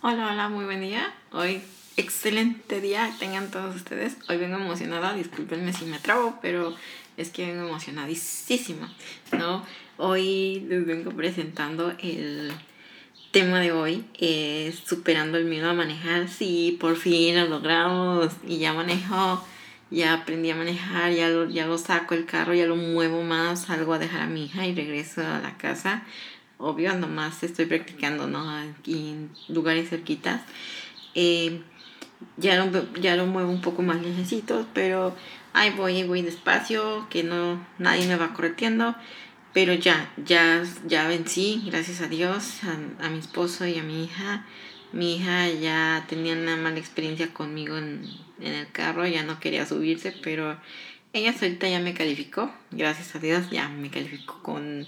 Hola, hola, muy buen día. Hoy, excelente día tengan todos ustedes. Hoy vengo emocionada, discúlpenme si me trabo, pero es que vengo emocionadísima, ¿no? Hoy les vengo presentando el tema de hoy, es superando el miedo a manejar. Sí, por fin lo logramos y ya manejo, ya aprendí a manejar, ya lo saco el carro, ya lo muevo más, salgo a dejar a mi hija y regreso a la casa. Obvio, nomás estoy practicando, ¿no? Aquí en lugares cerquitas. Eh, ya lo muevo un poco más lejecitos, pero ahí voy despacio, que no, nadie me va correteando. Pero ya vencí, gracias a Dios, a mi esposo y a mi hija. Mi hija ya tenía una mala experiencia conmigo en el carro, ya no quería subirse, pero ella solita ya me calificó, gracias a Dios, ya me calificó con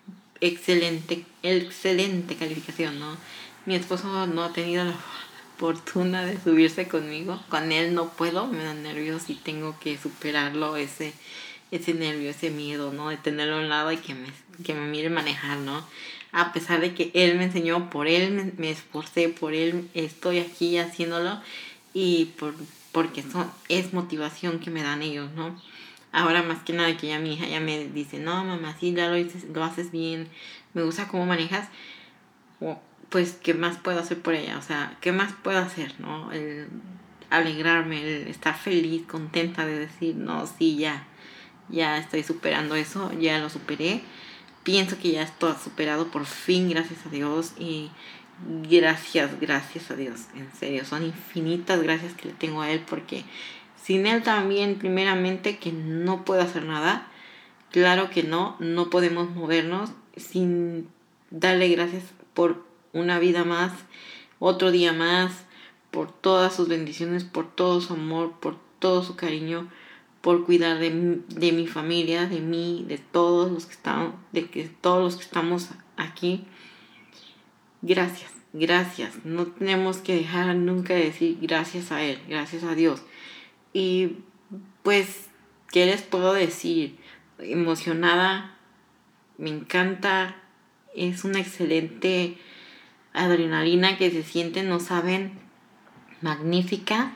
excelente calificación, ¿no? Mi esposo no ha tenido la fortuna de subirse conmigo. Con él no puedo, me da nervios y tengo que superarlo, ese nervio, ese miedo, ¿no? De tenerlo a un lado y que me mire manejar, ¿no? A pesar de que él me enseñó, por él me esforcé, por él estoy aquí haciéndolo y porque es motivación que me dan ellos, ¿no? Ahora más que nada que ya mi hija ya me dice, no mamá, sí, ya lo haces bien, me gusta cómo manejas, pues ¿qué más puedo hacer por ella? O sea, ¿qué más puedo hacer, no? El alegrarme, el estar feliz, contenta de decir, no, sí, ya estoy superando eso, ya lo superé. Pienso que ya estoy superado por fin, gracias a Dios. Y gracias a Dios, en serio, son infinitas gracias que le tengo a Él, porque sin Él también, primeramente, que no puedo hacer nada. Claro que no podemos movernos sin darle gracias por una vida más, otro día más, por todas sus bendiciones, por todo su amor, por todo su cariño, por cuidar de mi familia, de mí, de todos los que estamos, todos los que estamos aquí. Gracias. No tenemos que dejar nunca de decir gracias a Él, gracias a Dios. Y pues, ¿qué les puedo decir? Emocionada, me encanta, es una excelente adrenalina que se siente, no saben, magnífica.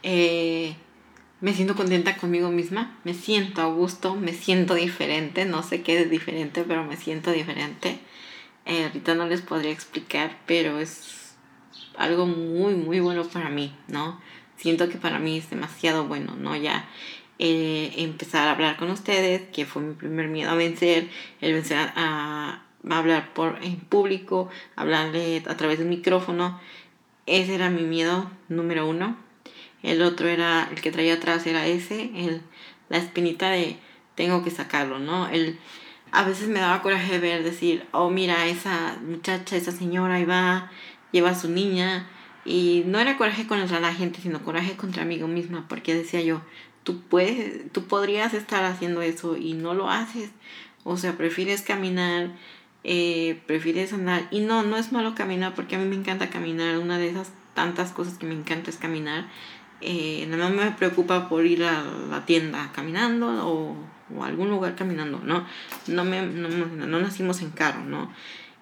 Me siento contenta conmigo misma, me siento a gusto, me siento diferente, no sé qué es diferente, pero me siento diferente. Ahorita no les podría explicar, pero es algo muy bueno para mí, ¿no? Siento que para mí es demasiado bueno, ¿no? Ya empezar a hablar con ustedes, que fue mi primer miedo a vencer, el vencer a hablar en público, hablarle a través de un micrófono. Ese era mi miedo número 1. El otro era, el que traía atrás era la espinita de tengo que sacarlo, ¿no? A veces me daba coraje decir, oh mira, esa muchacha, esa señora ahí va, lleva a su niña. Y no era coraje contra la gente, sino coraje contra mí misma, porque decía yo, tú podrías estar haciendo eso y no lo haces. O sea, prefieres caminar, prefieres andar. Y no es malo caminar, porque a mí me encanta caminar. Una de esas tantas cosas que me encanta es caminar. Nada más me preocupa por ir a la tienda caminando o a algún lugar caminando, ¿no? No nacimos en carro, ¿no?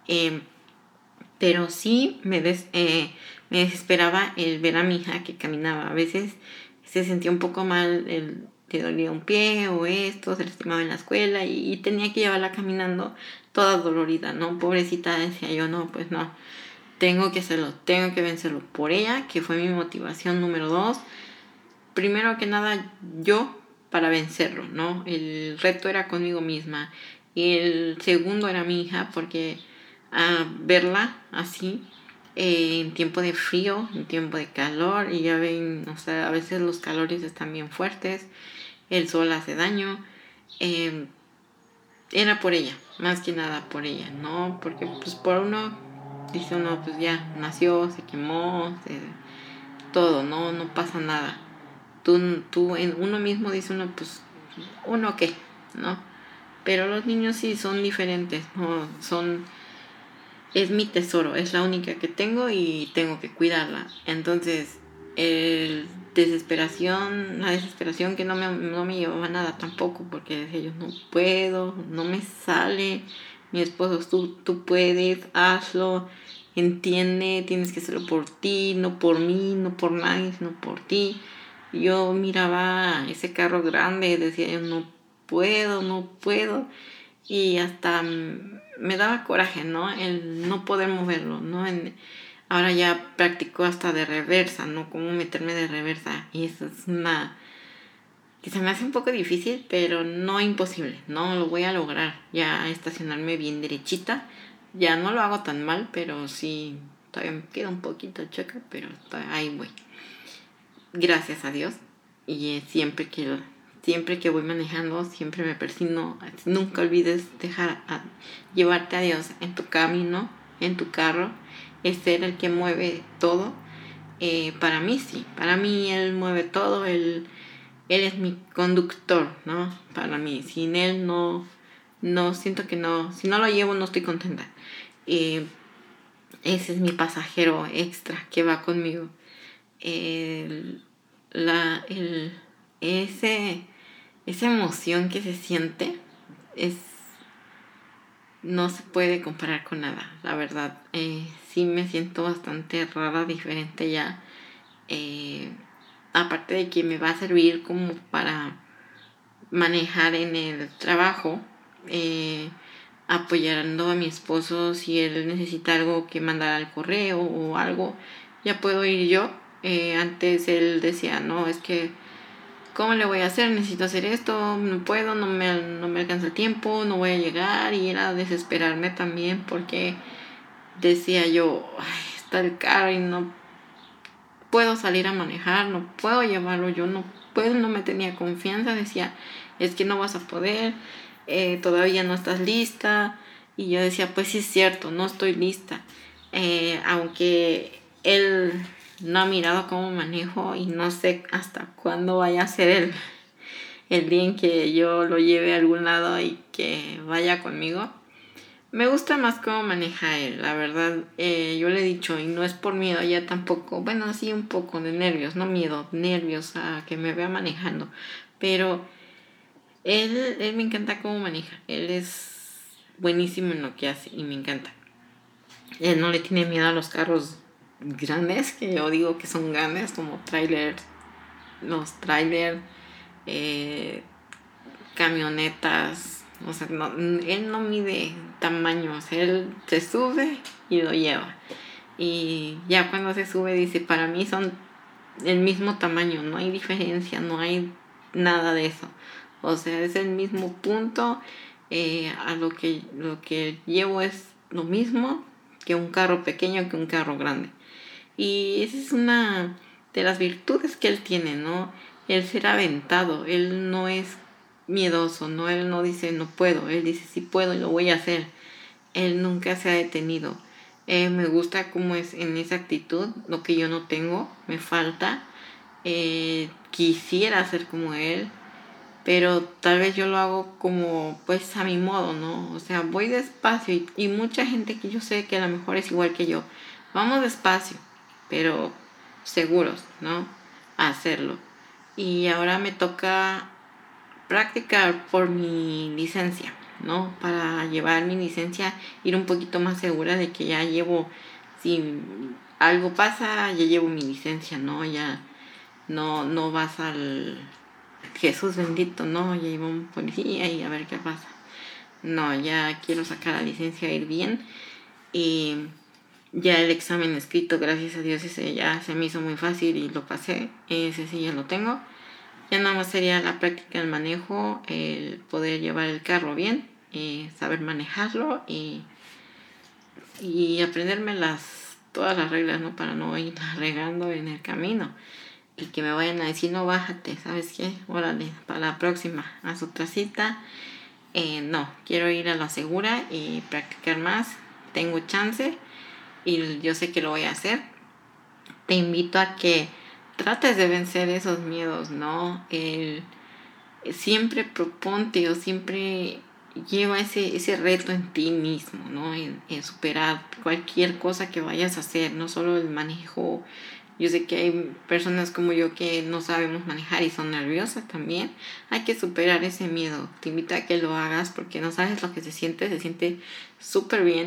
Pero sí me desesperaba el ver a mi hija que caminaba. A veces se sentía un poco mal, le dolía un pie o esto, se lastimaba en la escuela y tenía que llevarla caminando toda dolorida, ¿no? Pobrecita, decía yo, no, pues no. Tengo que hacerlo, tengo que vencerlo por ella, que fue mi motivación número 2. Primero que nada, yo para vencerlo, ¿no? El reto era conmigo misma. Y el segundo era mi hija, porque verla así, en tiempo de frío, en tiempo de calor, y ya ven, o sea, a veces los calores están bien fuertes, el sol hace daño. Era por ella, más que nada por ella, ¿no? Porque pues por uno, dice uno, pues ya nació, se quemó, todo, no pasa nada. Tú en uno mismo dice uno, pues, uno qué, ¿no? Pero los niños sí son diferentes, ¿no? Es mi tesoro, es la única que tengo y tengo que cuidarla. Entonces, la desesperación que no me llevaba a nada tampoco, porque decía yo, no puedo, no me sale. Mi esposo, tú puedes, hazlo. entiende, tienes que hacerlo por ti, no por mí, no por nadie, sino por ti. Yo miraba ese carro grande, decía yo, no puedo. Y hasta me daba coraje, ¿no? El no poder moverlo, ¿no? Ahora ya practico hasta de reversa, ¿no? Cómo meterme de reversa. Y eso es una que se me hace un poco difícil, pero no imposible, no lo voy a lograr. Ya estacionarme bien derechita, ya no lo hago tan mal, pero sí, todavía me queda un poquito choca, pero ahí voy. Gracias a Dios. Y siempre que voy manejando, siempre me persino. Nunca olvides llevarte a Dios en tu camino, en tu carro. Es ser el que mueve todo. Para mí sí, para mí Él mueve todo, Él es mi conductor, ¿no? Para mí, sin Él no siento que no, si no lo llevo no estoy contenta. Ese es mi pasajero extra que va conmigo. Esa emoción que se siente no se puede comparar con nada, la verdad. Sí me siento bastante rara, diferente ya. Aparte de que me va a servir como para manejar en el trabajo, apoyando a mi esposo si él necesita algo que mandar al correo o algo, ya puedo ir yo. Antes él decía, no, es que ¿cómo le voy a hacer? Necesito hacer esto, no puedo, no me alcanza el tiempo, no voy a llegar. Y era desesperarme también porque decía yo, está el carro y no puedo salir a manejar, no puedo llevarlo, yo no puedo, no me tenía confianza, decía, es que no vas a poder, todavía no estás lista. Y yo decía, pues sí es cierto, no estoy lista. Aunque él no ha mirado cómo manejo y no sé hasta cuándo vaya a ser el día en que yo lo lleve a algún lado y que vaya conmigo. Me gusta más cómo maneja él, la verdad. Yo le he dicho, y no es por miedo, ya tampoco, bueno, sí un poco de nervios, no miedo, nervios a que me vea manejando. Pero él me encanta cómo maneja, él es buenísimo en lo que hace y me encanta. Él no le tiene miedo a los carros grandes, que yo digo que son grandes, como trailers, camionetas. O sea, él no mide tamaños, él se sube y lo lleva. Y ya cuando se sube dice, para mí son el mismo tamaño, no hay diferencia, no hay nada de eso. O sea, es el mismo punto, a lo que llevo es lo mismo que un carro pequeño, que un carro grande. Y esa es una de las virtudes que él tiene, ¿no? El ser aventado, él no es miedoso, ¿no? Él no dice no puedo, él dice sí puedo y lo voy a hacer. Él nunca se ha detenido. Me gusta cómo es en esa actitud, lo que yo no tengo, me falta. Quisiera ser como él, pero tal vez yo lo hago como pues a mi modo, ¿no? O sea, voy despacio y mucha gente que yo sé que a lo mejor es igual que yo. Vamos despacio, pero seguros, ¿no? A hacerlo. Y ahora me toca practicar por mi licencia, ¿no? Para llevar mi licencia, ir un poquito más segura de que ya llevo, si algo pasa, ya llevo mi licencia, ¿no? Ya no vas al Jesús bendito, ¿no? Ya llevo un policía y a ver qué pasa. No, ya quiero sacar la licencia, ir bien. Y ya el examen escrito, gracias a Dios, ese ya se me hizo muy fácil y lo pasé. Ese sí ya lo tengo. Ya nada más sería la práctica del manejo, el poder llevar el carro bien, saber manejarlo y aprenderme todas las reglas, ¿no? Para no ir regando en el camino y que me vayan a decir, no, bájate, ¿sabes qué? Órale, para la próxima, haz otra cita. No, quiero ir a la segura y practicar más. Tengo chance y yo sé que lo voy a hacer. Te invito a que trates de vencer esos miedos, ¿no? Siempre proponte o siempre lleva ese reto en ti mismo, ¿no? En superar cualquier cosa que vayas a hacer, no solo el manejo. Yo sé que hay personas como yo que no sabemos manejar y son nerviosas también. Hay que superar ese miedo. Te invito a que lo hagas porque no sabes lo que se siente súper bien.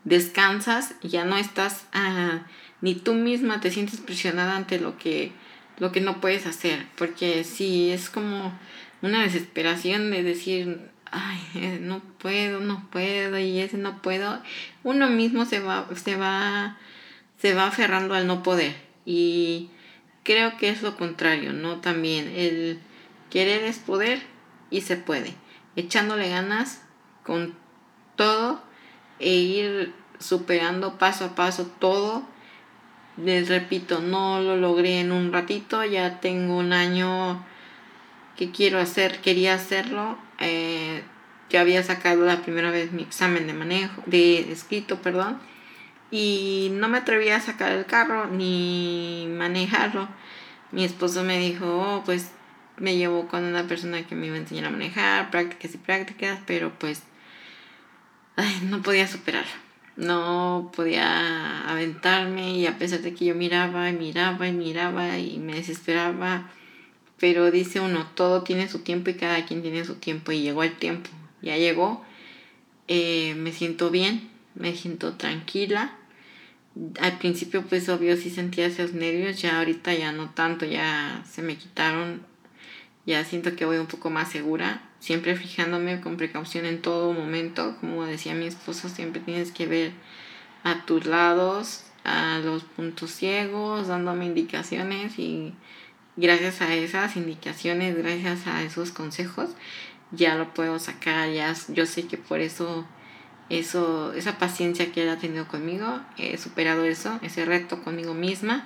descansas y ya no estás, ni tú misma te sientes presionada ante lo que no puedes hacer, porque sí, es como una desesperación de decir, ay, no puedo, y ese no puedo. Uno mismo se va aferrando al no poder, y creo que es lo contrario, ¿no? También el querer es poder y se puede, echándole ganas con todo e ir superando paso a paso todo. Les repito, no lo logré en un ratito, ya tengo un año que quería hacerlo. Ya había sacado la primera vez mi examen de escrito, perdón, y no me atrevía a sacar el carro ni manejarlo. Mi esposo me dijo, pues me llevó con una persona que me iba a enseñar a manejar, prácticas y prácticas, pero pues no podía superarlo. No podía aventarme, y a pesar de que yo miraba y me desesperaba, pero dice uno, todo tiene su tiempo y cada quien tiene su tiempo, y llegó el tiempo, ya llegó. Me siento bien, me siento tranquila. Al principio pues obvio sí sentía esos nervios, ya ahorita ya no tanto, ya se me quitaron, ya siento que voy un poco más segura, siempre fijándome con precaución en todo momento. Como decía mi esposo, siempre tienes que ver a tus lados, a los puntos ciegos, dándome indicaciones, y gracias a esas indicaciones, gracias a esos consejos, ya lo puedo sacar. Ya yo sé que por eso, esa paciencia que él ha tenido conmigo, he superado ese reto conmigo misma.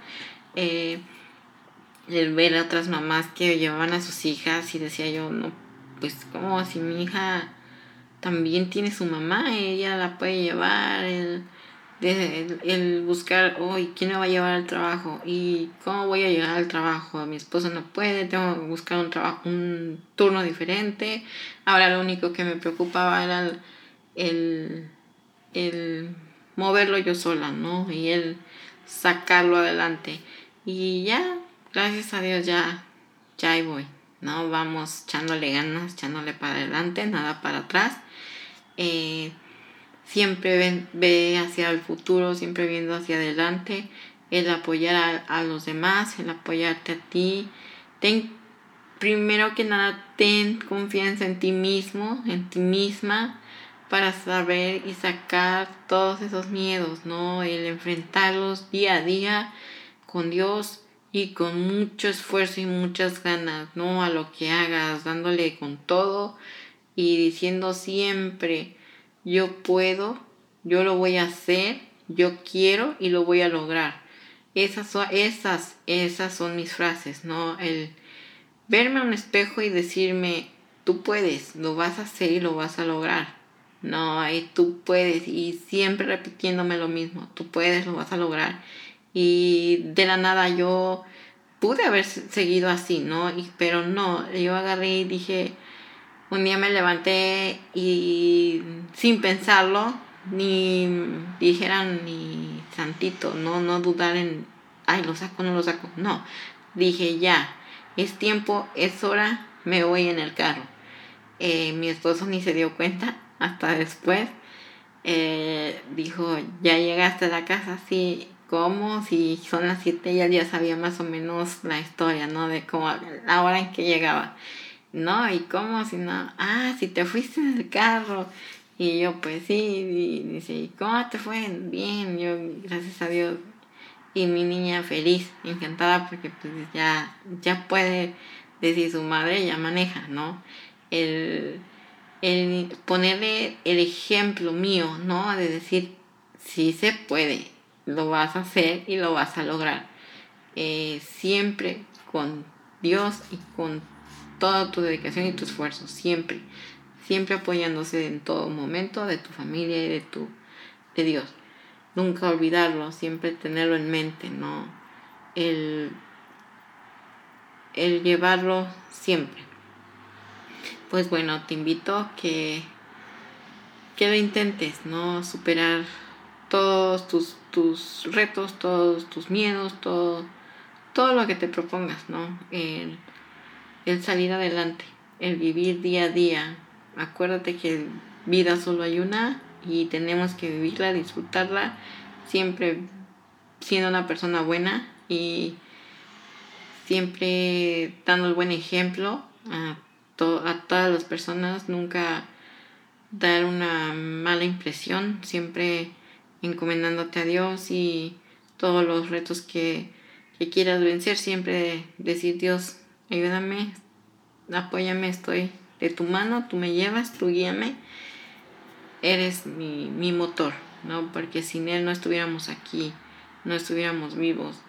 El ver a otras mamás que llevaban a sus hijas, y decía yo, no, pues como si mi hija también tiene su mamá, ella la puede llevar. El buscar, ¿quién me va a llevar al trabajo? ¿Y cómo voy a llegar al trabajo? Mi esposo no puede, tengo que buscar un turno diferente. Ahora lo único que me preocupaba era el moverlo yo sola, ¿no? Y el sacarlo adelante. Y ya, gracias a Dios, ya ahí voy, ¿no? Vamos echándole ganas, echándole para adelante, nada para atrás. Siempre ve hacia el futuro, siempre viendo hacia adelante, el apoyar a los demás, el apoyarte a ti. Primero que nada, ten confianza en ti mismo, en ti misma, para saber y sacar todos esos miedos, ¿no? El enfrentarlos día a día con Dios y con mucho esfuerzo y muchas ganas, ¿no? A lo que hagas, dándole con todo y diciendo siempre, yo puedo, yo lo voy a hacer, yo quiero y lo voy a lograr. Esas son mis frases, ¿no? El verme a un espejo y decirme, tú puedes, lo vas a hacer y lo vas a lograr. No, tú puedes, y siempre repitiéndome lo mismo, tú puedes, lo vas a lograr. Y de la nada yo pude haber seguido así, ¿no? Pero no, yo agarré y dije, un día me levanté y sin pensarlo, ni dijeran ni santito, no dudar en, lo saco, no lo saco. No, dije ya, es tiempo, es hora, me voy en el carro. Mi esposo ni se dio cuenta hasta después. Dijo, ya llegaste a la casa, sí. ¿Cómo? Si son las 7, ya sabía más o menos la historia, ¿no? De cómo, la hora en que llegaba. No, ¿y cómo? Si no, si te fuiste en el carro. Y yo, pues sí, y dice, ¿y cómo te fue? Bien, yo, gracias a Dios. Y mi niña feliz, encantada, porque pues ya puede decir su madre, ya maneja, ¿no? El ponerle el ejemplo mío, ¿no? De decir, sí se puede, lo vas a hacer y lo vas a lograr. Siempre con Dios y con toda tu dedicación y tu esfuerzo, siempre apoyándose en todo momento de tu familia y de Dios. Nunca olvidarlo, siempre tenerlo en mente, ¿no? El llevarlo siempre. Pues bueno, te invito a que lo intentes, ¿no? Superar todos tus retos, todos tus miedos, todo lo que te propongas, ¿no? El salir adelante, el vivir día a día. Acuérdate que vida solo hay una, y tenemos que vivirla, disfrutarla, siempre siendo una persona buena y siempre dando el buen ejemplo a todas las personas, nunca dar una mala impresión, siempre encomendándote a Dios y todos los retos que quieras vencer, siempre decir: Dios, ayúdame, apóyame, estoy de tu mano, tú me llevas, tú guíame, eres mi motor, ¿no? Porque sin Él no estuviéramos aquí, no estuviéramos vivos.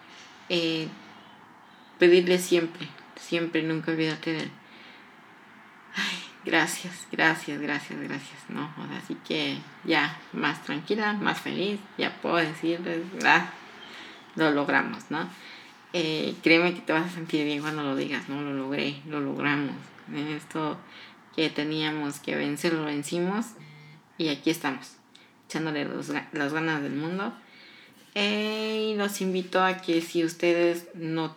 Pedirle siempre, siempre, nunca olvidarte de Él. Ay, gracias, ¿no? O sea, así que ya más tranquila, más feliz, ya puedo decirles, lo logramos, ¿no? Créeme que te vas a sentir bien cuando lo digas, ¿no? Lo logré, lo logramos. Esto que teníamos que vencer, lo vencimos y aquí estamos, echándole las ganas del mundo. Y los invito a que si ustedes no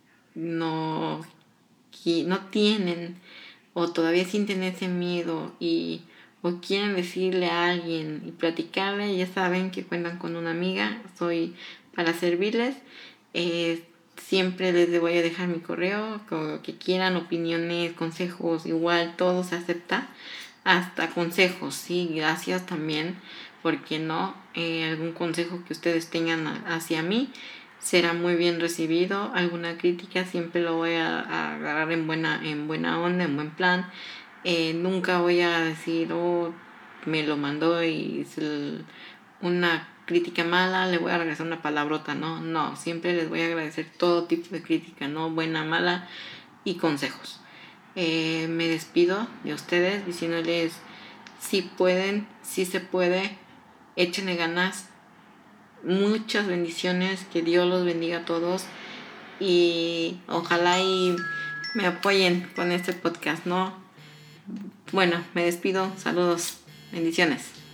tienen o todavía sienten ese miedo o quieren decirle a alguien y platicarle, ya saben que cuentan con una amiga, soy para servirles. Siempre les voy a dejar mi correo, con que quieran opiniones, consejos, igual todo se acepta, hasta consejos, sí, gracias también, ¿por qué no? Algún consejo que ustedes tengan hacia mí será muy bien recibido. Alguna crítica siempre lo voy a agarrar en buena onda, en buen plan. Nunca voy a decir, me lo mandó y es una crítica mala, le voy a regresar una palabrota, no, siempre les voy a agradecer todo tipo de crítica, no, buena, mala y consejos. Me despido de ustedes diciéndoles: si pueden, si se puede, échenle ganas, muchas bendiciones, que Dios los bendiga a todos y ojalá y me apoyen con este podcast, ¿no? Bueno, me despido, saludos, bendiciones.